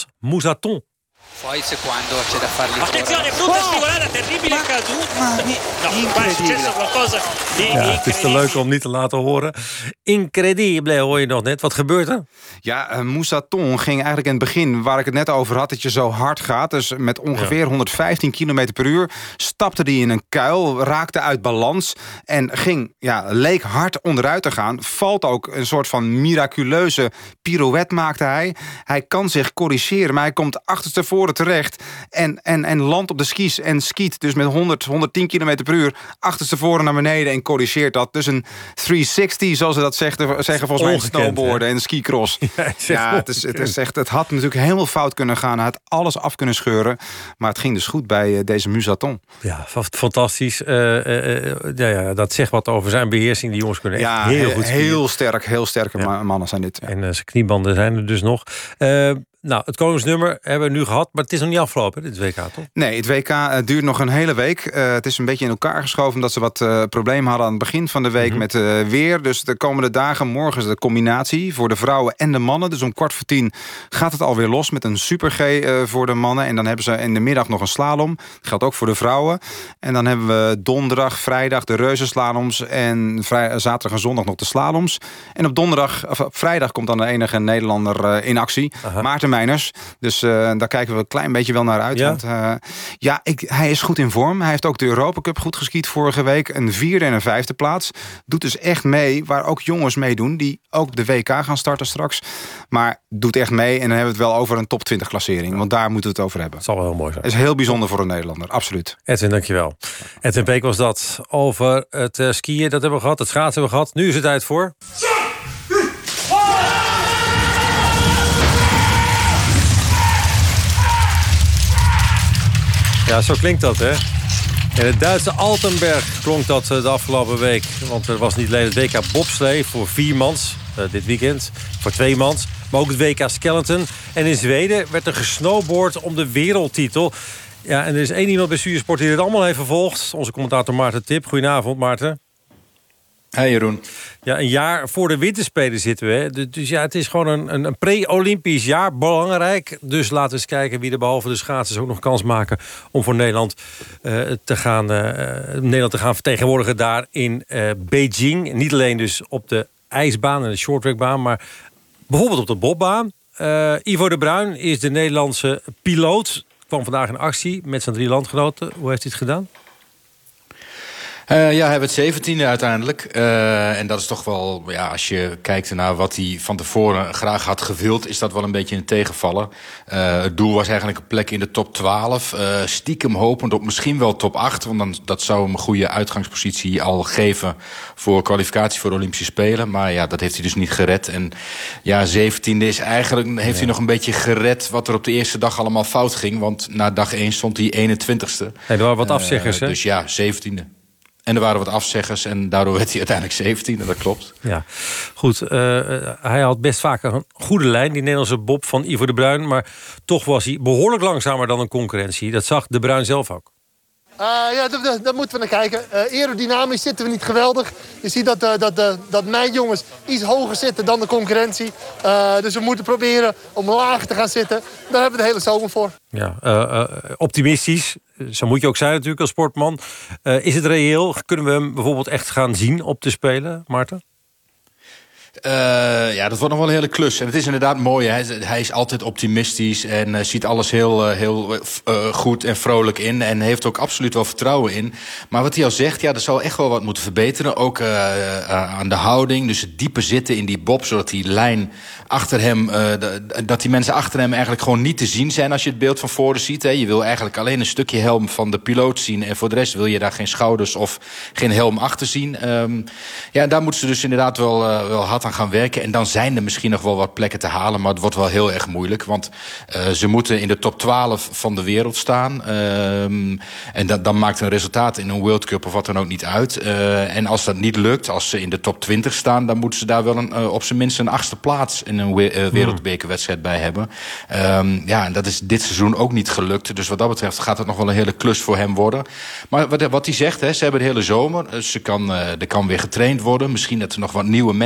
Moussaton. Foyce quando c'è da farli fuori. Attenzione, brutta scivolata, terribile caduta. No, è successo qualcosa di Het is te leuk om niet te laten horen. Incredibile hoor je nog net. Wat gebeurt er? Ja, Moussaton ging eigenlijk in het begin, waar ik het net over had, dat je zo hard gaat. Dus met ongeveer 115 km per uur stapte hij in een kuil, raakte uit balans en leek hard onderuit te gaan. Valt ook een soort van miraculeuze pirouette maakte hij. Hij kan zich corrigeren, maar hij komt achterstevoren terecht en landt op de skis en skiet dus met 110 km per uur achterstevoren naar beneden en corrigeert dat. Dus een 360, zoals ze dat zeggen volgens mij in snowboarden en skicross. Het had natuurlijk helemaal fout kunnen gaan. Hij had alles af kunnen scheuren. Maar het ging dus goed bij deze Moussaton. Ja, fantastisch. Dat zegt wat over zijn beheersing. Die jongens kunnen echt heel goed skiën. Heel sterke mannen zijn dit. Ja. En zijn kniebanden zijn er dus nog. Het koningsnummer hebben we nu gehad, maar het is nog niet afgelopen, dit WK, toch? Nee, het WK duurt nog een hele week. Het is een beetje in elkaar geschoven omdat ze wat problemen hadden aan het begin van de week met weer. Dus de komende dagen, morgen is de combinatie voor de vrouwen en de mannen. Dus om 9:15 gaat het alweer los met een super G voor de mannen. En dan hebben ze in de middag nog een slalom. Dat geldt ook voor de vrouwen. En dan hebben we donderdag, vrijdag de reuzenslaloms en zaterdag en zondag nog de slaloms. En op vrijdag komt dan de enige Nederlander in actie. Maarten Meiners. Dus daar kijken we een klein beetje wel naar uit. Ja? Want hij is goed in vorm. Hij heeft ook de Europa Cup goed geskiet vorige week. Een 4e en een 5e plaats. Doet dus echt mee, waar ook jongens meedoen die ook de WK gaan starten straks. Maar doet echt mee en dan hebben we het wel over een top 20 klassering. Want daar moeten we het over hebben. Dat zal wel heel mooi zijn. Het is heel bijzonder voor een Nederlander, absoluut. Edwin, dankjewel. Edwin Peek was dat over het skiën. Dat hebben we gehad, het schaatsen hebben we gehad. Nu is het tijd voor... Ja, zo klinkt dat, hè? In het Duitse Altenberg klonk dat de afgelopen week. Want er was niet alleen het WK bobslee voor 4-mans dit weekend, voor 2-mans, maar ook het WK skeleton. En in Zweden werd er gesnowboard om de wereldtitel. Ja, en er is één iemand bij Stuursport die dit allemaal heeft vervolgd. Onze commentator Maarten Tip. Goedenavond, Maarten. Hey Jeroen. Ja, een jaar voor de winterspelen zitten we. Hè? Dus ja, het is gewoon een pre-Olympisch jaar. Belangrijk. Dus laten we eens kijken wie er behalve de schaatsers ook nog kans maken om voor Nederland te gaan vertegenwoordigen daar in Beijing. Niet alleen dus op de ijsbaan en de shorttrackbaan, maar bijvoorbeeld op de bobbaan. Ivo de Bruin is de Nederlandse piloot. Kwam vandaag in actie met zijn 3 landgenoten. Hoe heeft hij het gedaan? Hij werd 17e uiteindelijk. En dat is toch wel, als je kijkt naar wat hij van tevoren graag had gewild, is dat wel een beetje een tegenvaller. Het doel was eigenlijk een plek in de top 12. Stiekem hopend op misschien wel top 8. Want dat zou hem een goede uitgangspositie al geven voor kwalificatie voor de Olympische Spelen. Maar dat heeft hij dus niet gered. En 17e is eigenlijk, heeft hij nog een beetje gered wat er op de eerste dag allemaal fout ging. Want na dag 1 stond hij 21e. Er waren wat afzeggers, hè? Dus 17e. En er waren wat afzeggers en daardoor werd hij uiteindelijk 17e, dat klopt. Ja, goed. Hij had best vaak een goede lijn, die Nederlandse bob van Ivo de Bruin. Maar toch was hij behoorlijk langzamer dan een concurrentie. Dat zag de Bruin zelf ook. Daar moeten we naar kijken. Aerodynamisch zitten we niet geweldig. Je ziet dat mijn jongens iets hoger zitten dan de concurrentie. Dus we moeten proberen om lager te gaan zitten. Daar hebben we de hele zomer voor. Ja, optimistisch. Zo moet je ook zijn natuurlijk als sportman. Is het reëel? Kunnen we hem bijvoorbeeld echt gaan zien op de Spelen, Maarten? Dat wordt nog wel een hele klus. En het is inderdaad mooi. Hij is altijd optimistisch en ziet alles heel goed en vrolijk in. En heeft ook absoluut wel vertrouwen in. Maar wat hij al zegt, er zal echt wel wat moeten verbeteren. Ook aan de houding. Dus het diepe zitten in die bob, zodat die lijn achter hem, dat die mensen achter hem eigenlijk gewoon niet te zien zijn als je het beeld van voren ziet. Hè. Je wil eigenlijk alleen een stukje helm van de piloot zien. En voor de rest wil je daar geen schouders of geen helm achter zien. Daar moeten ze dus inderdaad wel hard aan gaan werken. En dan zijn er misschien nog wel wat plekken te halen. Maar het wordt wel heel erg moeilijk. Want ze moeten in de top 12 van de wereld staan. En dan maakt een resultaat in een World Cup of wat dan ook niet uit. En als dat niet lukt, als ze in de top 20 staan, dan moeten ze daar wel op zijn minst een 8e plaats in een wereldbekerwedstrijd bij hebben. En dat is dit seizoen ook niet gelukt. Dus wat dat betreft gaat het nog wel een hele klus voor hem worden. Maar wat hij zegt, ze hebben de hele zomer. Er kan weer getraind worden. Misschien dat er nog wat nieuwe mensen bij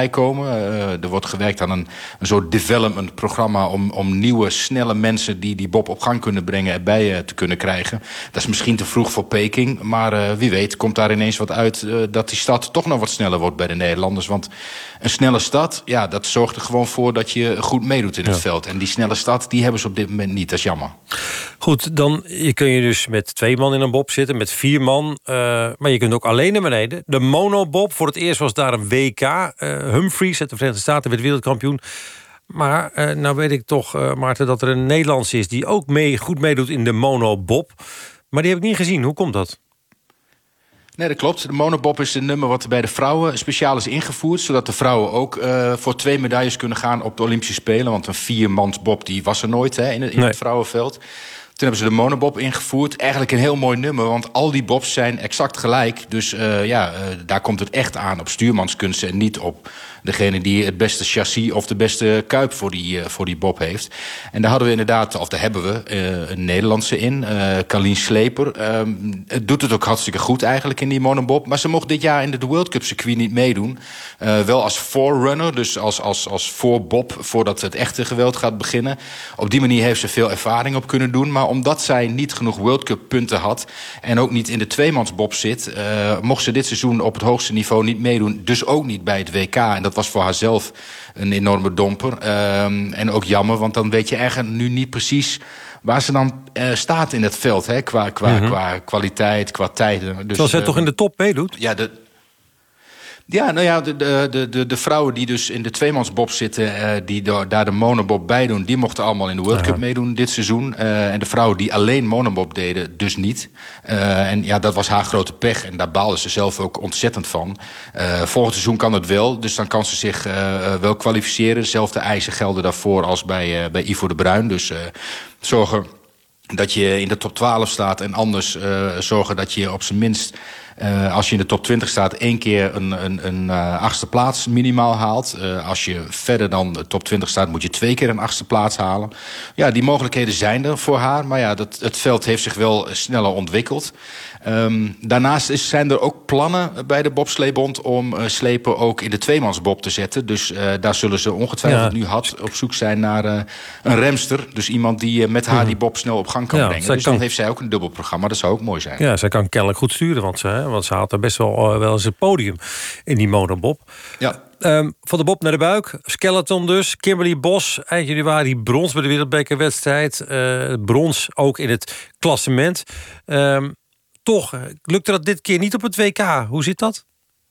komen. Er wordt gewerkt aan een soort development programma om nieuwe, snelle mensen die bob op gang kunnen brengen erbij te kunnen krijgen. Dat is misschien te vroeg voor Peking, maar wie weet komt daar ineens wat uit dat die stad toch nog wat sneller wordt bij de Nederlanders. Want een snelle stad, ja, dat zorgt er gewoon voor dat je goed meedoet in het veld. En die snelle stad, die hebben ze op dit moment niet. Dat is jammer. Goed, dan kun je dus met 2 man in een bob zitten, met 4 man. Maar je kunt ook alleen naar beneden. De monobob, voor het eerst was daar een WK. Humphries uit de Verenigde Staten werd wereldkampioen. Maar nou weet ik toch, Maarten, dat er een Nederlands is die ook goed meedoet in de monobob. Maar die heb ik niet gezien. Hoe komt dat? Nee, dat klopt. De monobob is een nummer wat bij de vrouwen speciaal is ingevoerd, zodat de vrouwen ook voor 2 medailles kunnen gaan op de Olympische Spelen. Want een 4-mansbob die was er nooit in het vrouwenveld. Toen hebben ze de monobob ingevoerd. Eigenlijk een heel mooi nummer, want al die bobs zijn exact gelijk. Dus daar komt het echt aan op stuurmanskunsten en niet op degene die het beste chassis of de beste kuip voor die bob heeft. En daar hadden we inderdaad, of daar hebben we een Nederlandse in, Carlien Sleper. Het doet het ook hartstikke goed eigenlijk in die monobob. Maar ze mocht dit jaar in de World Cup circuit niet meedoen. Wel als forerunner, dus als voorbob, voordat het echte geweld gaat beginnen. Op die manier heeft ze veel ervaring op kunnen doen. Maar omdat zij niet genoeg World Cup punten had en ook niet in de tweemansbob zit, mocht ze dit seizoen op het hoogste niveau niet meedoen. Dus ook niet bij het WK. En dat was voor haarzelf een enorme domper. En ook jammer, want dan weet je eigenlijk nu niet precies waar ze dan staat in het veld. Hè, qua kwaliteit, qua tijden. Dus, terwijl zij toch in de top meedoet? Ja, nou ja, de vrouwen die dus in de tweemansbob zitten, die daar de monobob bij doen, die mochten allemaal in de World Cup meedoen dit seizoen. En de vrouwen die alleen monobob deden, dus niet. En ja, dat was haar grote pech. En daar baalde ze zelf ook ontzettend van. Volgend seizoen kan het wel, dus dan kan ze zich wel kwalificeren. Dezelfde eisen gelden daarvoor als bij Ivo de Bruin. Dus zorgen dat je in de top 12 staat en anders zorgen dat je op zijn minst, als je in de top 20 staat, 1 keer een 8e plaats minimaal haalt. Als je verder dan de top 20 staat, moet je 2 keer een 8e plaats halen. Ja, die mogelijkheden zijn er voor haar. Maar ja, het veld heeft zich wel sneller ontwikkeld. Daarnaast zijn er ook plannen bij de Bobsleebond om slepen ook in de tweemansbob te zetten. Dus daar zullen ze ongetwijfeld nu op zoek zijn naar een remster. Dus iemand die met haar die bob snel op gang kan brengen. Dus dan heeft zij ook een dubbel programma. Dat zou ook mooi zijn. Ja, zij kan kennelijk goed sturen, want ze haalt er best wel eens het podium in die monobob. Ja. Van de bob naar de buik. Skeleton dus. Kimberly Bos, eind januari brons bij de wereldbekerwedstrijd. Brons ook in het klassement. Toch lukte dat dit keer niet op het WK. Hoe zit dat?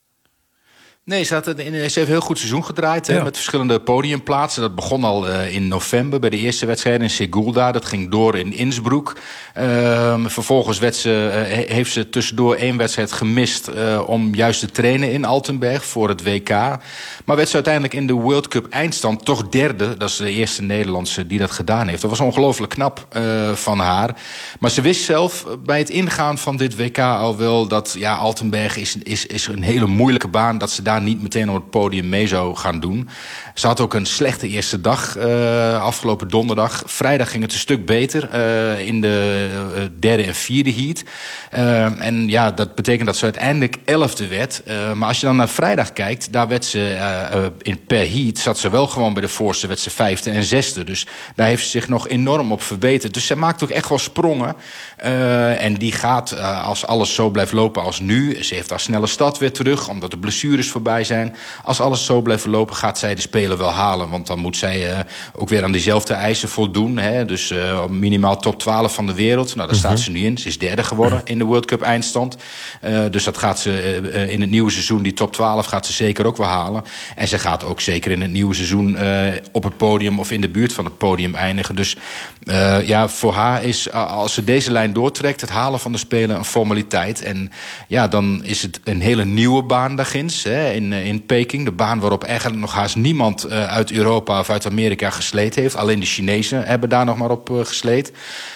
Nee, ze heeft een heel goed seizoen gedraaid. Hè, met verschillende podiumplaatsen. Dat begon al in november bij de eerste wedstrijd in Sigulda. Dat ging door in Innsbruck. Vervolgens heeft ze tussendoor 1 wedstrijd gemist om juist te trainen in Altenberg voor het WK. Maar werd ze uiteindelijk in de World Cup eindstand toch 3e. Dat is de eerste Nederlandse die dat gedaan heeft. Dat was ongelooflijk knap van haar. Maar ze wist zelf bij het ingaan van dit WK al wel dat Altenberg is een hele moeilijke baan. Dat ze daar niet meteen op het podium mee zou gaan doen. Ze had ook een slechte eerste dag afgelopen donderdag. Vrijdag ging het een stuk beter in de 3e en 4e heat. En ja, dat betekent dat ze uiteindelijk 11e werd. Maar als je dan naar vrijdag kijkt, daar werd ze per heat zat ze wel gewoon bij de voorste, werd ze 5e en 6e. Dus daar heeft ze zich nog enorm op verbeterd. Dus zij maakt ook echt wel sprongen. En die gaat, als alles zo blijft lopen als nu, ze heeft haar snelle start weer terug, omdat de blessures voorbij zijn. Als alles zo blijft verlopen, gaat zij de Spelen wel halen. Want dan moet zij ook weer aan diezelfde eisen voldoen. Hè? Dus minimaal top 12 van de wereld. Nou, daar staat ze nu in. Ze is 3e geworden in de World Cup eindstand. Dus dat gaat ze in het nieuwe seizoen, die top 12 gaat ze zeker ook wel halen. En ze gaat ook zeker in het nieuwe seizoen op het podium of in de buurt van het podium eindigen. Dus voor haar is, als ze deze lijn doortrekt, het halen van de Spelen een formaliteit. En ja, dan is het een hele nieuwe baan daarginds, hè, in Peking. De baan waarop eigenlijk nog haast niemand uit Europa of uit Amerika gesleed heeft. Alleen de Chinezen hebben daar nog maar op gesleed.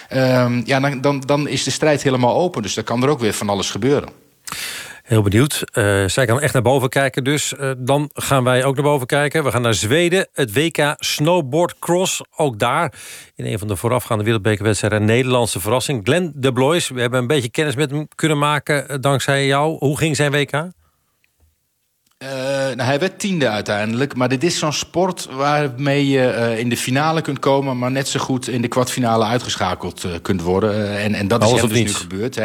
Dan is de strijd helemaal open. Dus dan kan er ook weer van alles gebeuren. Heel benieuwd. Zij kan echt naar boven kijken, dus dan gaan wij ook naar boven kijken. We gaan naar Zweden, het WK Snowboard Cross. Ook daar, in een van de voorafgaande wereldbekerwedstrijden, een Nederlandse verrassing. Glenn de Blois, we hebben een beetje kennis met hem kunnen maken dankzij jou. Hoe ging zijn WK? Hij werd 10e uiteindelijk. Maar dit is zo'n sport waarmee je in de finale kunt komen, maar net zo goed in de kwartfinale uitgeschakeld kunt worden. En dat is hem dus nu gebeurd.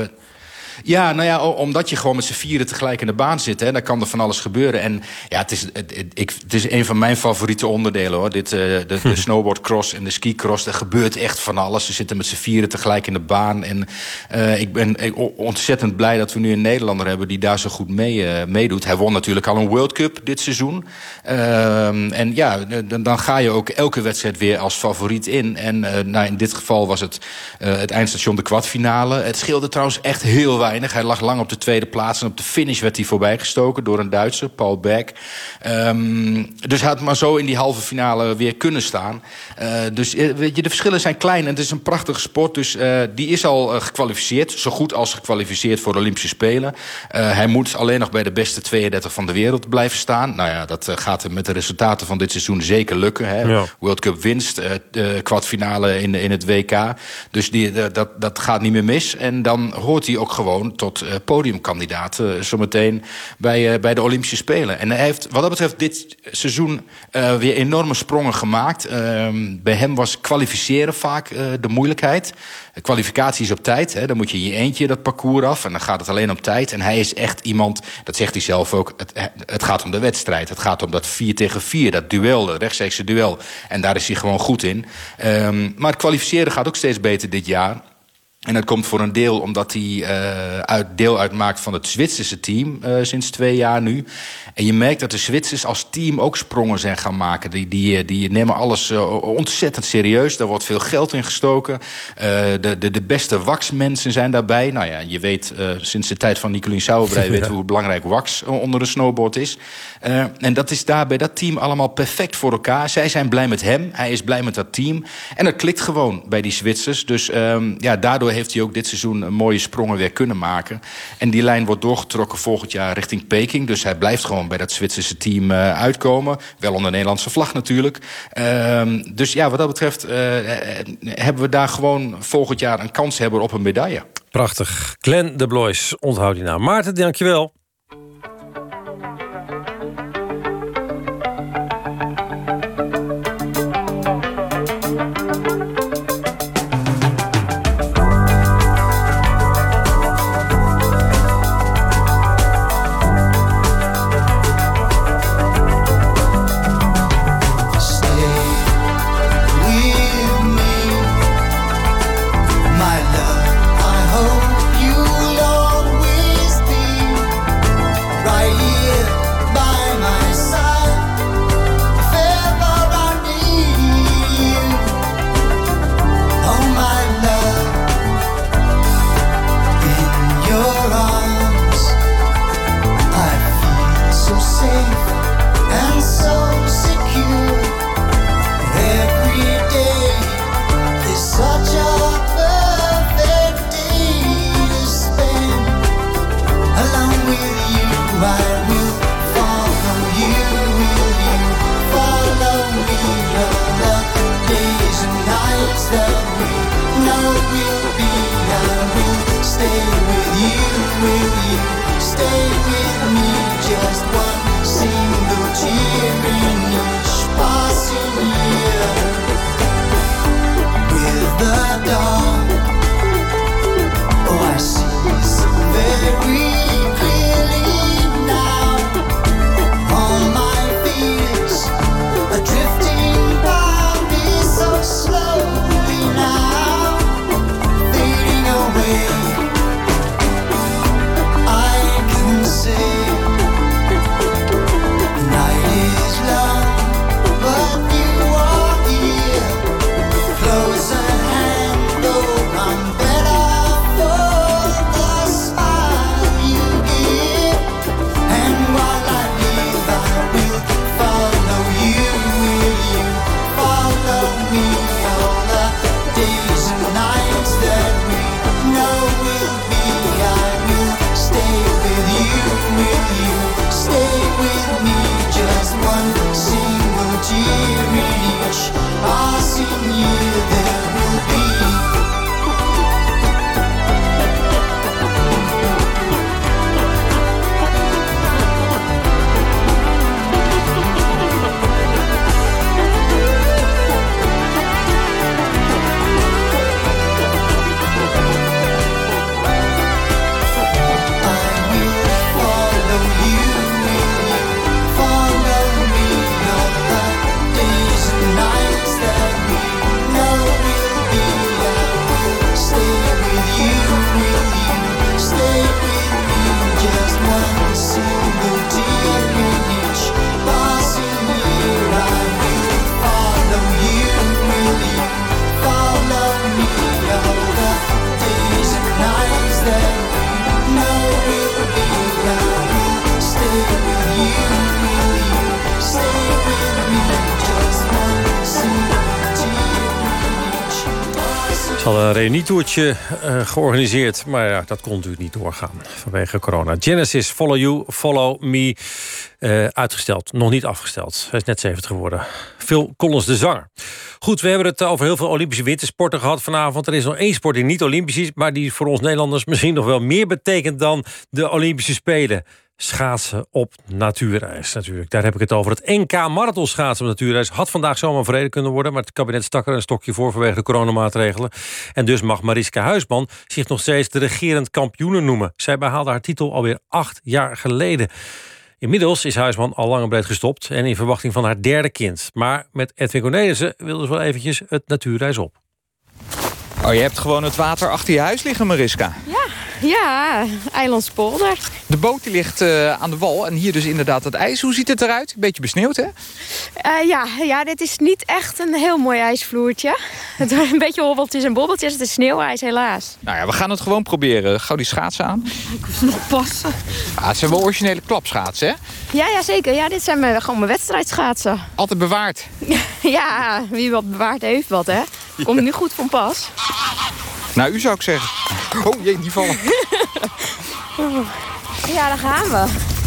Ja, nou ja, omdat je gewoon met z'n vieren tegelijk in de baan zit, hè, dan kan er van alles gebeuren. En ja, het is een van mijn favoriete onderdelen, hoor. De snowboardcross en de skicross, er gebeurt echt van alles. Ze zitten met z'n vieren tegelijk in de baan. En ik ben ontzettend blij dat we nu een Nederlander hebben die daar zo goed meedoet. Hij won natuurlijk al een World Cup dit seizoen. En ja, dan ga je ook elke wedstrijd weer als favoriet in. En in dit geval was het eindstation de kwartfinale. Het scheelde trouwens echt heel weinig. Hij lag lang op de tweede plaats en op de finish werd hij voorbijgestoken door een Duitser, Paul Beck. Dus hij had maar zo in die halve finale weer kunnen staan. Dus weet je, de verschillen zijn klein en het is een prachtige sport. Dus die is al gekwalificeerd, zo goed als gekwalificeerd voor de Olympische Spelen. Hij moet alleen nog bij de beste 32 van de wereld blijven staan. Nou ja, dat gaat met de resultaten van dit seizoen zeker lukken. Hè? Ja. World Cup winst, kwartfinale in het WK. Dus dat gaat niet meer mis. En dan hoort hij ook gewoon tot podiumkandidaat zometeen bij de Olympische Spelen. En hij heeft wat dat betreft dit seizoen weer enorme sprongen gemaakt. Bij hem was kwalificeren vaak de moeilijkheid. De kwalificatie is op tijd. Hè. Dan moet je in je eentje dat parcours af. En dan gaat het alleen om tijd. En hij is echt iemand, dat zegt hij zelf ook, het gaat om de wedstrijd. Het gaat om dat 4 tegen 4, dat duel, dat rechtstreekse duel. En daar is hij gewoon goed in. Maar het kwalificeren gaat ook steeds beter dit jaar. En dat komt voor een deel omdat hij deel uitmaakt van het Zwitserse team sinds 2 jaar nu. En je merkt dat de Zwitsers als team ook sprongen zijn gaan maken. Die nemen alles ontzettend serieus. Daar wordt veel geld in gestoken. De beste waxmensen zijn daarbij. Nou ja, je weet sinds de tijd van Nicolien Sauerbrei weten we hoe belangrijk wax onder een snowboard is. En dat is daar bij dat team allemaal perfect voor elkaar. Zij zijn blij met hem. Hij is blij met dat team. En dat klikt gewoon bij die Zwitsers. Dus daardoor heeft hij ook dit seizoen mooie sprongen weer kunnen maken. En die lijn wordt doorgetrokken volgend jaar richting Peking. Dus hij blijft gewoon bij dat Zwitserse team uitkomen. Wel onder Nederlandse vlag natuurlijk. Dus ja, wat dat betreft hebben we daar gewoon volgend jaar een kans hebben op een medaille. Prachtig. Glenn de Blois, onthoud die naam. Maarten, dankjewel. Ze hadden een reunietoertje georganiseerd, maar ja, dat kon natuurlijk niet doorgaan vanwege corona. Genesis, Follow You, Follow Me, uitgesteld, nog niet afgesteld. Hij is net 70 geworden. Phil Collins, de zanger. Goed, we hebben het over heel veel Olympische wintersporten gehad vanavond. Er is nog één sport die niet Olympisch is, maar die voor ons Nederlanders misschien nog wel meer betekent dan de Olympische Spelen. Schaatsen op natuurreis natuurlijk. Daar heb ik het over. Het NK marathon schaatsen op natuurreis had vandaag zomaar verreden kunnen worden, maar het kabinet stak er een stokje voor vanwege de coronamaatregelen. En dus mag Mariska Huisman zich nog steeds de regerend kampioene noemen. Zij behaalde haar titel alweer 8 jaar geleden. Inmiddels is Huisman al lang en breed gestopt en in verwachting van haar derde kind. Maar met Edwin Cornelissen wilde ze wel eventjes het natuurreis op. Oh, je hebt gewoon het water achter je huis liggen, Mariska. Ja, Eilandspolder. De boot die ligt aan de wal en hier dus inderdaad het ijs. Hoe ziet het eruit? Een beetje besneeuwd, hè? Ja, dit is niet echt een heel mooi ijsvloertje. Het wordt een beetje hobbeltjes en bobbeltjes. Het is sneeuwijs, helaas. Nou ja, we gaan het gewoon proberen. Gauw die schaatsen aan. Ik moet nog passen. Ja, het zijn wel originele klapschaatsen, hè? Ja, zeker. Ja, dit zijn gewoon mijn wedstrijdschaatsen. Altijd bewaard. Ja, wie wat bewaard heeft wat, hè? Komt nu goed van pas. Nou, u zou ik zeggen. Oh jee, die vallen. Ja, daar gaan we.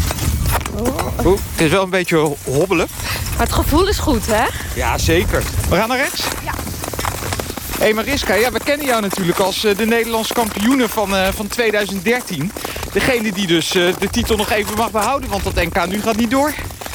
Oeh, het is wel een beetje hobbelen. Maar het gevoel is goed, hè? Ja, zeker. We gaan naar rechts? Ja. Hé Mariska, ja, we kennen jou natuurlijk als de Nederlandse kampioene van 2013. Degene die dus de titel nog even mag behouden, want dat NK nu gaat niet door.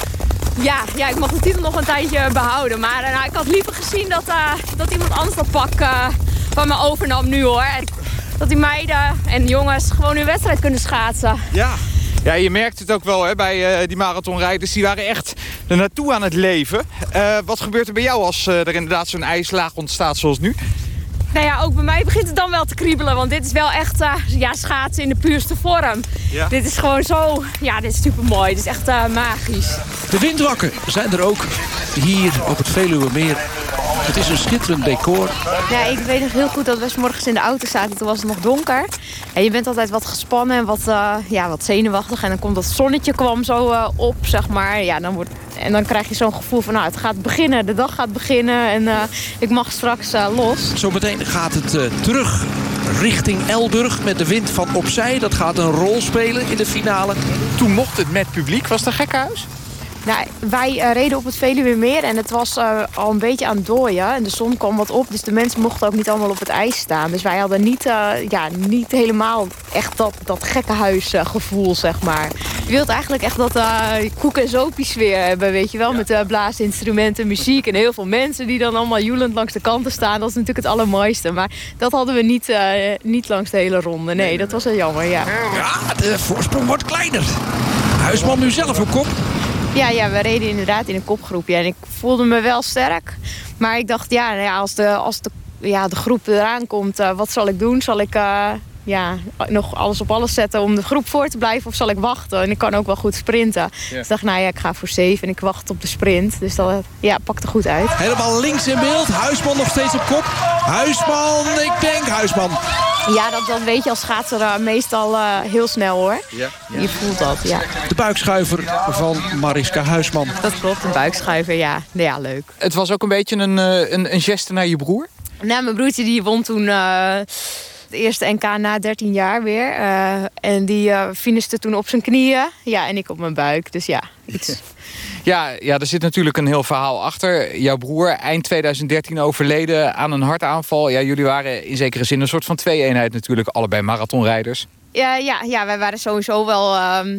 Ja, ik mag de titel nog een tijdje behouden. Maar ik had liever gezien dat iemand anders dat pak van me overnam nu, hoor. En dat die meiden en jongens gewoon hun wedstrijd kunnen schaatsen. Ja, je merkt het ook wel, hè, bij die marathonrijders. Die waren echt er naartoe aan het leven. Wat gebeurt er bij jou als er inderdaad zo'n ijslaag ontstaat zoals nu? Nou ja, ook bij mij begint het dan wel te kriebelen. Want dit is wel echt schaatsen in de puurste vorm. Ja. Dit is gewoon zo... Ja, dit is supermooi. Dit is echt magisch. De windwakken zijn er ook hier op het Veluwemeer. Het is een schitterend decor. Ja, ik weet nog heel goed dat we 's morgens in de auto zaten. Toen was het nog donker. En je bent altijd wat gespannen en wat zenuwachtig. En dan komt dat zonnetje kwam zo op, zeg maar. Ja, dan krijg je zo'n gevoel van, nou, het gaat beginnen. De dag gaat beginnen en ik mag straks los. Zometeen gaat het terug richting Elburg met de wind van opzij. Dat gaat een rol spelen in de finale. Toen mocht het met publiek. Was het een gekkenhuis? Nou, wij reden op het Veluwemeer en het was al een beetje aan het dooien. En de zon kwam wat op, dus de mensen mochten ook niet allemaal op het ijs staan. Dus wij hadden niet helemaal echt dat gekkenhuisgevoel, zeg maar. Je wilt eigenlijk echt dat koek- en zopie sfeer hebben, weet je wel. Ja. Met blaasinstrumenten, muziek en heel veel mensen die dan allemaal joelend langs de kanten staan. Dat is natuurlijk het allermooiste. Maar dat hadden we niet langs de hele ronde. Nee, dat was wel jammer, ja. Ja, de voorsprong wordt kleiner. Huisman nu zelf op kop. Ja, we reden inderdaad in een kopgroepje. En ik voelde me wel sterk. Maar ik dacht, als de groep eraan komt, wat zal ik doen? Zal ik nog alles op alles zetten om de groep voor te blijven? Of zal ik wachten? En ik kan ook wel goed sprinten. Ja. Dus ik dacht, ik ga voor 7 en ik wacht op de sprint. Dus dat pakte goed uit. Helemaal links in beeld. Huisman nog steeds op kop. Huisman. Ja, dat weet je als schaatser meestal heel snel, hoor. Ja. Je voelt dat, ja. De buikschuiver van Mariska Huisman. Dat klopt, een buikschuiver, ja. Ja, leuk. Het was ook een beetje een geste naar je broer? Nou, mijn broertje die won toen het eerste NK na 13 jaar weer. En die finishte toen op zijn knieën. Ja, en ik op mijn buik. Dus ja, iets... Ja, er zit natuurlijk een heel verhaal achter. Jouw broer, eind 2013 overleden aan een hartaanval. Ja, jullie waren in zekere zin een soort van twee-eenheid natuurlijk. Allebei marathonrijders. Ja, wij waren sowieso wel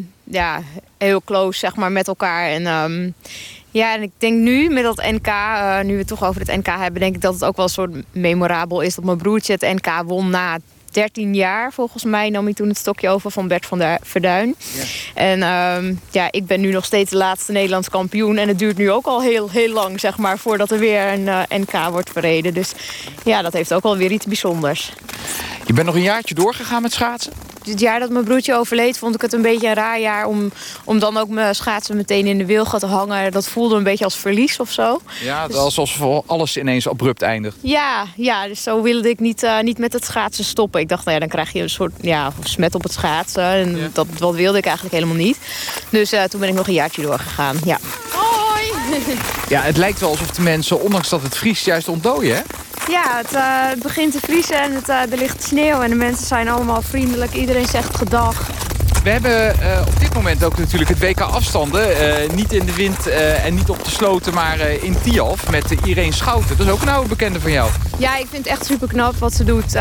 heel close, zeg maar, met elkaar. En ik denk nu met dat NK, nu we het toch over het NK hebben, denk ik dat het ook wel een soort memorabel is dat mijn broertje het NK won na 13 jaar. Volgens mij nam hij toen het stokje over van Bert van Verduin. Ja. En ik ben nu nog steeds de laatste Nederlands kampioen. En het duurt nu ook al heel, heel lang, zeg maar, voordat er weer een NK wordt verreden. Dus ja, dat heeft ook wel weer iets bijzonders. Je bent nog een jaartje doorgegaan met schaatsen? Het jaar dat mijn broertje overleed vond ik het een beetje een raar jaar om dan ook mijn schaatsen meteen in de wilgen te hangen. Dat voelde een beetje als verlies of zo. Ja, dus alsof alles ineens abrupt eindigt. Ja, dus zo wilde ik niet met het schaatsen stoppen. Ik dacht, dan krijg je een soort smet op het schaatsen. En dat wilde ik eigenlijk helemaal niet. Dus toen ben ik nog een jaartje doorgegaan, ja. Hoi! Ja, het lijkt wel alsof de mensen, ondanks dat het vriest, juist ontdooien, hè? Ja, het begint te vriezen en er ligt sneeuw en de mensen zijn allemaal vriendelijk. Iedereen zegt gedag. We hebben op dit moment ook natuurlijk het WK afstanden. Niet in de wind en niet op de sloten, maar in Tialf met Irene Schouten. Dat is ook een oude bekende van jou. Ja, ik vind het echt super knap wat ze doet.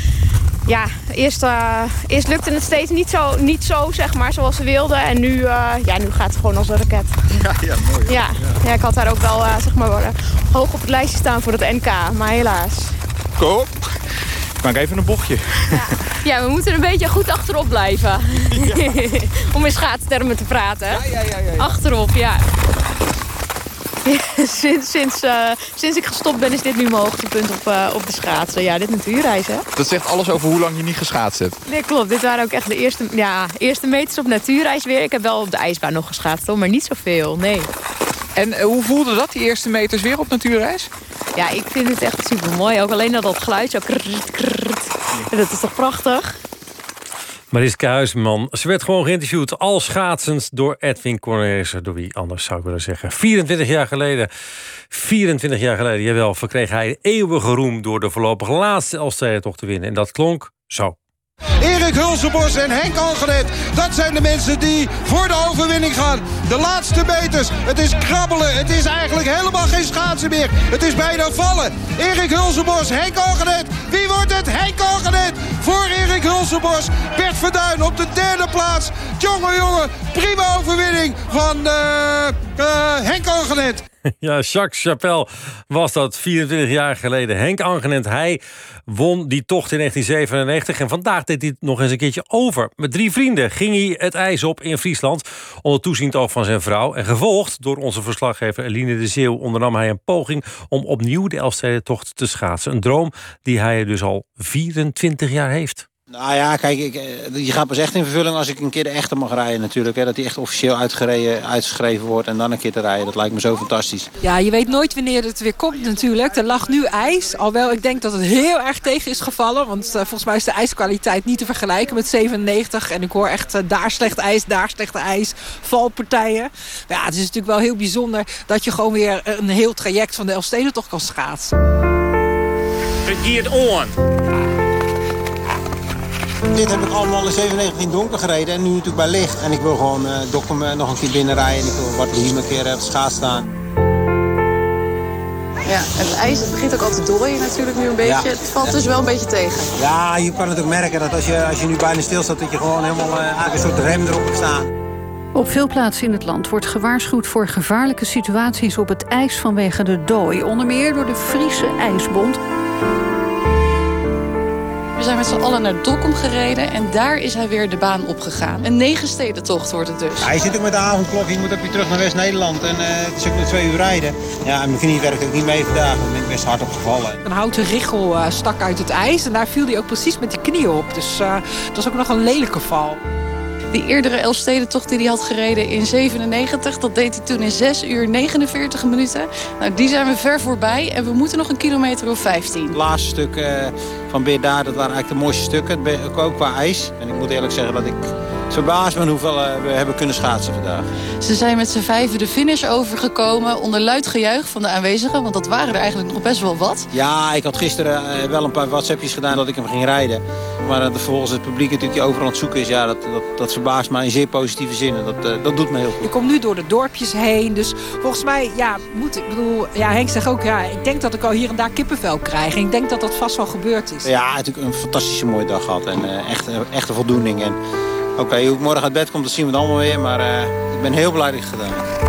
Eerst lukte het steeds niet zo zeg maar, zoals ze wilde. En nu gaat het gewoon als een raket. Ja, mooi. Ja, ik had haar ook wel hoog op het lijstje staan voor het NK, maar helaas. Kom. Ik maak even een bochtje. Ja, we moeten een beetje goed achterop blijven. Ja. Om in schaatstermen te praten. Ja. Achterop, ja. Sinds ik gestopt ben, is dit nu mijn hoogtepunt op de schaatsen. Ja, dit natuurreis, hè? Dat zegt alles over hoe lang je niet geschaatst hebt. Nee, klopt. Dit waren ook echt de eerste meters op natuurreis weer. Ik heb wel op de ijsbaan nog geschaatst, hoor, maar niet zoveel, nee. En hoe voelde dat, die eerste meters weer op natuurreis? Ja, ik vind het echt super mooi. Ook alleen dat geluid zo krrrt. Dat is toch prachtig? Mariska Huisman, ze werd gewoon geïnterviewd al schaatsend door Edwin Cornelissen. Door wie anders zou ik willen zeggen. 24 jaar geleden, jawel, verkreeg hij eeuwige roem door de voorlopig laatste Elfstedentocht te winnen. En dat klonk zo. Erik Hulsenbos en Henk Angenet, dat zijn de mensen die voor de overwinning gaan. De laatste meters, het is krabbelen, het is eigenlijk helemaal geen schaatsen meer. Het is bijna vallen. Erik Hulsenbos, Henk Angenet, wie wordt het? Henk Angenet voor Erik Hulsenbos. Bert Verduin op de derde plaats. Jongen, prima overwinning van Henk Angenet. Ja, Jacques Chapelle was dat 24 jaar geleden. Henk Angenet, hij won die tocht in 1997... en vandaag deed hij het nog eens een keertje over. Met 3 vrienden ging hij het ijs op in Friesland... onder toeziend oog van zijn vrouw. En gevolgd door onze verslaggever Eline de Zeeuw... ondernam hij een poging om opnieuw de Elfstedentocht te schaatsen. Een droom die hij dus al 24 jaar heeft. Nou ja, kijk, je gaat pas echt in vervulling als ik een keer de echte mag rijden natuurlijk. Hè. Dat die echt officieel uitgeschreven wordt en dan een keer te rijden. Dat lijkt me zo fantastisch. Ja, je weet nooit wanneer het weer komt natuurlijk. Er lag nu ijs. Alhoewel ik denk dat het heel erg tegen is gevallen. Want volgens mij is de ijskwaliteit niet te vergelijken met 97. En ik hoor echt daar slecht ijs, valpartijen. Ja, het is natuurlijk wel heel bijzonder dat je gewoon weer een heel traject van de Elfstedentocht kan schaatsen. Het gaat on. Dit heb ik allemaal in 97 in donker gereden en nu natuurlijk bij licht. En ik wil gewoon Dokkum nog een keer binnenrijden en ik wil wat hier een keer op de schaats staan. Ja, het ijs het begint ook al te dooien natuurlijk nu een beetje. Ja. Het valt dus wel een beetje tegen. Ja, je kan het ook merken dat als je nu bijna stilstaat dat je gewoon helemaal een soort rem erop hebt staan. Op veel plaatsen in het land wordt gewaarschuwd voor gevaarlijke situaties op het ijs vanwege de dooi. Onder meer door de Friese IJsbond. We zijn met z'n allen naar Dokkum gereden en daar is hij weer de baan opgegaan. Een 9-stedentocht wordt het dus. Ja, je zit ook met de avondklok, je moet ook weer terug naar West-Nederland en het is ook nog 2 uur rijden. Ja, en mijn knie werkt ook niet mee vandaag, want ik ben best hard opgevallen. Een houten richel stak uit het ijs en daar viel hij ook precies met die knie op. Dus dat was ook nog een lelijke val. Die eerdere Elfstedentocht die hij had gereden in 97, dat deed hij toen in 6 uur 49 minuten. Nou, die zijn we ver voorbij en we moeten nog een kilometer of 15. Het laatste stuk van Beerdaar, dat waren eigenlijk de mooiste stukken, ook qua ijs. En ik moet eerlijk zeggen dat ik verbaasd ben hoeveel we hebben kunnen schaatsen vandaag. Ze zijn met z'n 5 de finish overgekomen onder luid gejuich van de aanwezigen, want dat waren er eigenlijk nog best wel wat. Ja, ik had gisteren wel een paar WhatsAppjes gedaan dat ik hem ging rijden. Maar vervolgens het publiek natuurlijk die overal aan het zoeken is, ja, dat verbaast mij in zeer positieve zin. En dat doet me heel goed. Je komt nu door de dorpjes heen, dus volgens mij, Henk zegt ook, ik denk dat ik al hier en daar kippenvel krijg. En ik denk dat dat vast wel gebeurd is. Ja, natuurlijk een fantastische mooie dag gehad en echt een voldoening. En oké, hoe ik morgen uit bed kom, dat zien we dan allemaal weer. Maar ik ben heel blij dat ik het gedaan heb.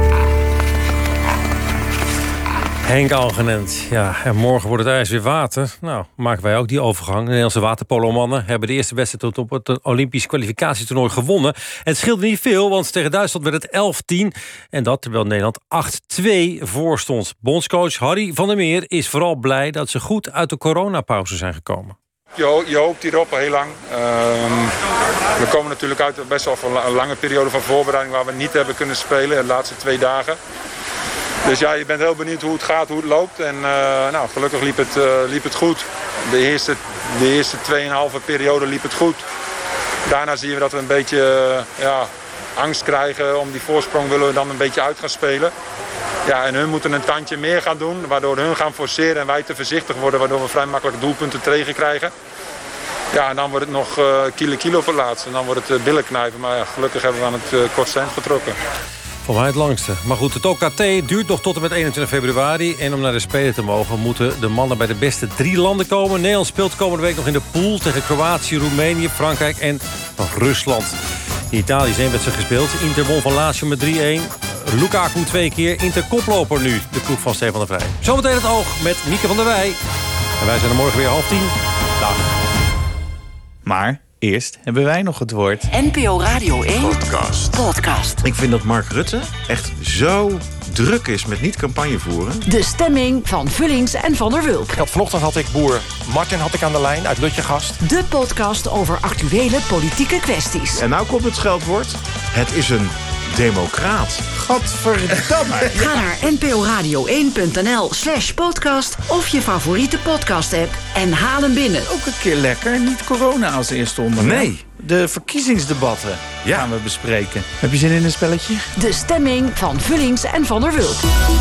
Henk Angenet, ja, en morgen wordt het ijs weer water. Nou, maken wij ook die overgang. De Nederlandse waterpolomannen hebben de eerste wedstrijd op het Olympisch kwalificatietoernooi gewonnen. En het scheelde niet veel, want tegen Duitsland werd het 11-10. En dat terwijl Nederland 8-2 voorstond. Bondscoach Harry van der Meer is vooral blij dat ze goed uit de coronapauze zijn gekomen. Je hoopt hierop al heel lang. We komen natuurlijk uit best wel een lange periode van voorbereiding waar we niet hebben kunnen spelen de laatste 2 dagen. Dus ja, je bent heel benieuwd hoe het gaat, hoe het loopt. En gelukkig liep het goed. De eerste 2,5 periode liep het goed. Daarna zien we dat we een beetje angst krijgen. Om die voorsprong willen we dan een beetje uit gaan spelen. Ja, en hun moeten een tandje meer gaan doen, waardoor hun gaan forceren en wij te voorzichtig worden, waardoor we vrij makkelijk doelpunten tegen krijgen. Ja, en dan wordt het nog kilo voor laatst en dan wordt het billen knijpen. Maar ja, gelukkig hebben we aan het kortste eind getrokken. Voor mij het langste. Maar goed, het OKT duurt nog tot en met 21 februari. En om naar de Spelen te mogen moeten de mannen bij de beste 3 landen komen. Nederland speelt komende week nog in de pool tegen Kroatië, Roemenië, Frankrijk en Rusland. In Italië is 1 wedstrijd gespeeld. Inter won van Lazio met 3-1. Lukaku 2 keer. Inter koploper nu, de ploeg van Stefan de Vrij. Zometeen het oog met Mieke van der Wij. En wij zijn er morgen weer 9:30. Dag. Maar eerst hebben wij nog het woord. NPO Radio 1 podcast. Ik vind dat Mark Rutte echt zo druk is met niet campagne voeren. De stemming van Vullings en Van der Wulp. Vanochtend had ik boer Martin aan de lijn uit Lutjegast. De podcast over actuele politieke kwesties. En nou komt het scheldwoord. Het is een democraat. Gadverdamme. Ga naar nporadio1.nl/podcast of je favoriete podcast-app en haal hem binnen. Ook een keer lekker, niet corona als eerste onderwerp. Nee. De verkiezingsdebatten gaan we bespreken. Heb je zin in een spelletje? De stemming van Vullings en Van der Wulp.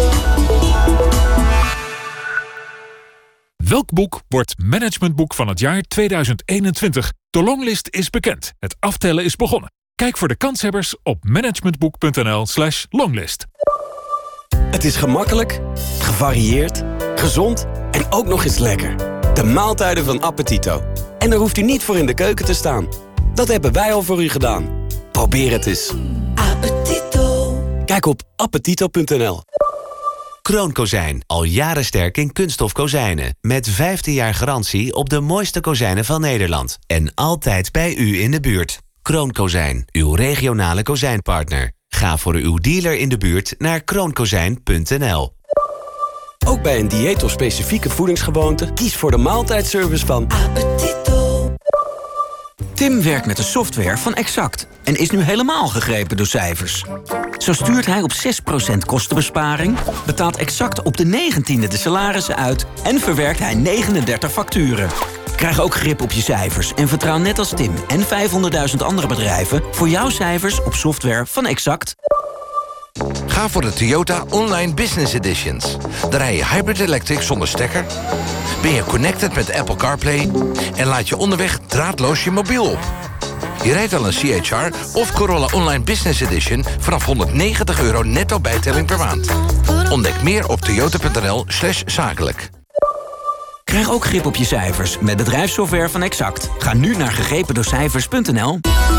Welk boek wordt managementboek van het jaar 2021? De longlist is bekend. Het aftellen is begonnen. Kijk voor de kanshebbers op managementboek.nl/longlist. Het is gemakkelijk, gevarieerd, gezond en ook nog eens lekker. De maaltijden van Appetito. En daar hoeft u niet voor in de keuken te staan. Dat hebben wij al voor u gedaan. Probeer het eens. Appetito. Kijk op appetito.nl. Kroon Kozijn, al jaren sterk in kunststof kozijnen. Met 15 jaar garantie op de mooiste kozijnen van Nederland. En altijd bij u in de buurt. Kroon Kozijn, uw regionale kozijnpartner. Ga voor uw dealer in de buurt naar kroonkozijn.nl. Ook bij een dieet of specifieke voedingsgewoonte, kies voor de maaltijdservice van Appetito. Tim werkt met de software van Exact en is nu helemaal gegrepen door cijfers. Zo stuurt hij op 6% kostenbesparing, betaalt Exact op de 19e de salarissen uit en verwerkt hij 39 facturen. Krijg ook grip op je cijfers en vertrouw net als Tim en 500.000 andere bedrijven voor jouw cijfers op software van Exact. Ga voor de Toyota Online Business Editions. Dan rij je hybrid electric zonder stekker, ben je connected met Apple CarPlay en laat je onderweg draadloos je mobiel op. Je rijdt al een CHR of Corolla Online Business Edition vanaf €190 netto bijtelling per maand. Ontdek meer op toyota.nl/zakelijk. Krijg ook grip op je cijfers met bedrijfssoftware van Exact. Ga nu naar gegrependoorcijfers.nl.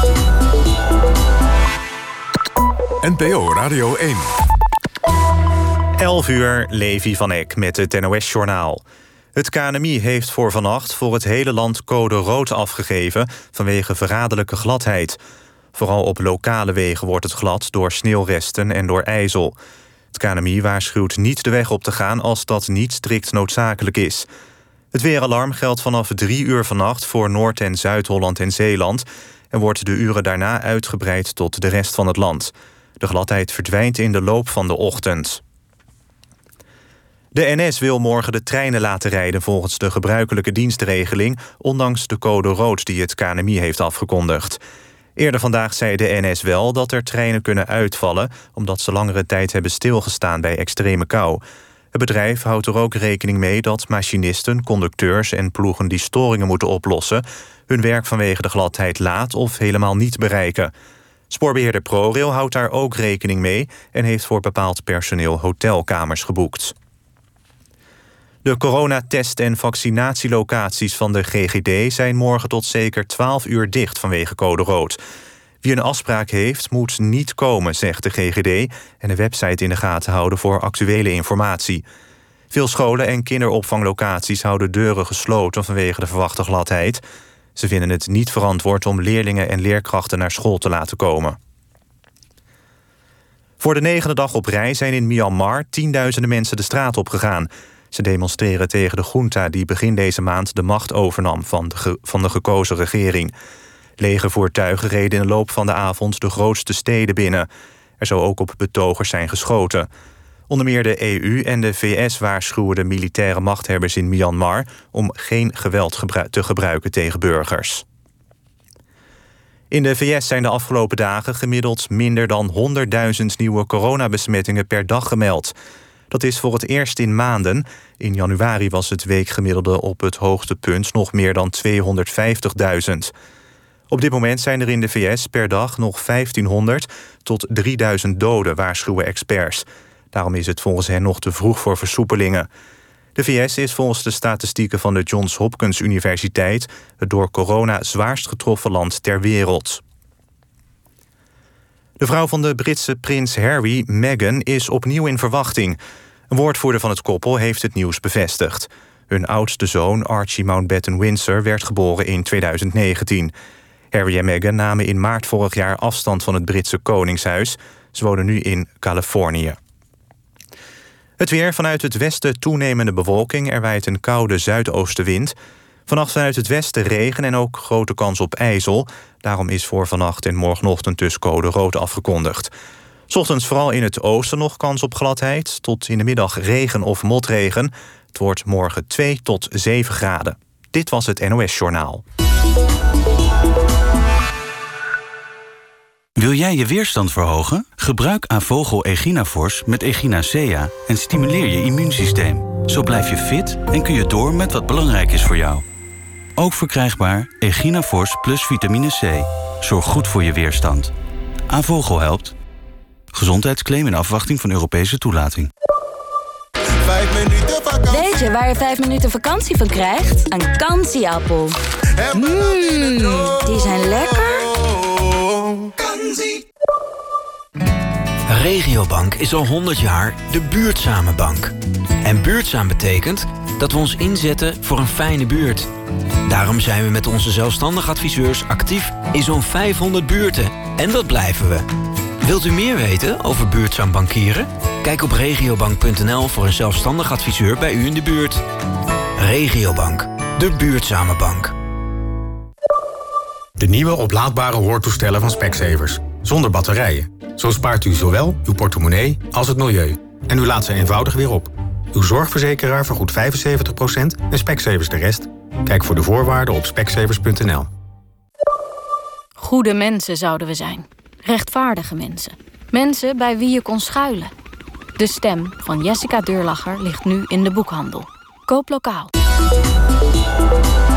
NPO Radio 1. 11 uur, Levi van Eck met het NOS-journaal. Het KNMI heeft voor vannacht voor het hele land code rood afgegeven vanwege verraderlijke gladheid. Vooral op lokale wegen wordt het glad door sneeuwresten en door ijzel. Het KNMI waarschuwt niet de weg op te gaan als dat niet strikt noodzakelijk is. Het weeralarm geldt vanaf 3 uur vannacht voor Noord- en Zuid-Holland en Zeeland en wordt de uren daarna uitgebreid tot de rest van het land. De gladheid verdwijnt in de loop van de ochtend. De NS wil morgen de treinen laten rijden volgens de gebruikelijke dienstregeling, ondanks de code rood die het KNMI heeft afgekondigd. Eerder vandaag zei de NS wel dat er treinen kunnen uitvallen, omdat ze langere tijd hebben stilgestaan bij extreme kou. Het bedrijf houdt er ook rekening mee dat machinisten, conducteurs en ploegen die storingen moeten oplossen hun werk vanwege de gladheid laat of helemaal niet bereiken. Spoorbeheerder ProRail houdt daar ook rekening mee en heeft voor bepaald personeel hotelkamers geboekt. De coronatest- en vaccinatielocaties van de GGD zijn morgen tot zeker 12 uur dicht vanwege code rood. Wie een afspraak heeft, moet niet komen, zegt de GGD, en de website in de gaten houden voor actuele informatie. Veel scholen en kinderopvanglocaties houden deuren gesloten vanwege de verwachte gladheid. Ze vinden het niet verantwoord om leerlingen en leerkrachten naar school te laten komen. Voor de 9e dag op rij zijn in Myanmar tienduizenden mensen de straat opgegaan. Ze demonstreren tegen de junta die begin deze maand de macht overnam van de gekozen regering. Legervoertuigen reden in de loop van de avond de grootste steden binnen. Er zou ook op betogers zijn geschoten. Onder meer de EU en de VS waarschuwen de militaire machthebbers in Myanmar om geen geweld te gebruiken tegen burgers. In de VS zijn de afgelopen dagen gemiddeld minder dan 100.000 nieuwe coronabesmettingen per dag gemeld. Dat is voor het eerst in maanden. In januari was het weekgemiddelde op het hoogtepunt nog meer dan 250.000. Op dit moment zijn er in de VS per dag nog 1500 tot 3000 doden, waarschuwen experts. Daarom is het volgens hen nog te vroeg voor versoepelingen. De VS is volgens de statistieken van de Johns Hopkins Universiteit het door corona zwaarst getroffen land ter wereld. De vrouw van de Britse prins Harry, Meghan, is opnieuw in verwachting. Een woordvoerder van het koppel heeft het nieuws bevestigd. Hun oudste zoon, Archie Mountbatten Windsor, werd geboren in 2019. Harry en Meghan namen in maart vorig jaar afstand van het Britse koningshuis. Ze wonen nu in Californië. Het weer: vanuit het westen toenemende bewolking. Er waait een koude zuidoostenwind. Vannacht vanuit het westen regen en ook grote kans op ijzel. Daarom is voor vannacht en morgenochtend dus code rood afgekondigd. 's Ochtends vooral in het oosten nog kans op gladheid. Tot in de middag regen of motregen. Het wordt morgen 2 tot 7 graden. Dit was het NOS Journaal. Wil jij je weerstand verhogen? Gebruik Avogel Echinafors met Echinacea en stimuleer je immuunsysteem. Zo blijf je fit en kun je door met wat belangrijk is voor jou. Ook verkrijgbaar Echinafors plus vitamine C. Zorg goed voor je weerstand. Avogel helpt. Gezondheidsclaim in afwachting van Europese toelating. 5 minuten vakantie. Weet je waar je 5 minuten vakantie van krijgt? Een kansieappel. Die zijn lekker. Regiobank is al 100 jaar de buurtzame bank. En buurtzaam betekent dat we ons inzetten voor een fijne buurt. Daarom zijn we met onze zelfstandig adviseurs actief in zo'n 500 buurten. En dat blijven we. Wilt u meer weten over buurtzaam bankieren? Kijk op regiobank.nl voor een zelfstandig adviseur bij u in de buurt. Regiobank, de buurtzame bank. De nieuwe oplaadbare hoortoestellen van Specsavers. Zonder batterijen. Zo spaart u zowel uw portemonnee als het milieu. En u laat ze eenvoudig weer op. Uw zorgverzekeraar vergoedt 75% en Specsavers de rest. Kijk voor de voorwaarden op specsavers.nl. Goede mensen zouden we zijn. Rechtvaardige mensen. Mensen bij wie je kon schuilen. De stem van Jessica Deurlacher ligt nu in de boekhandel. Koop lokaal.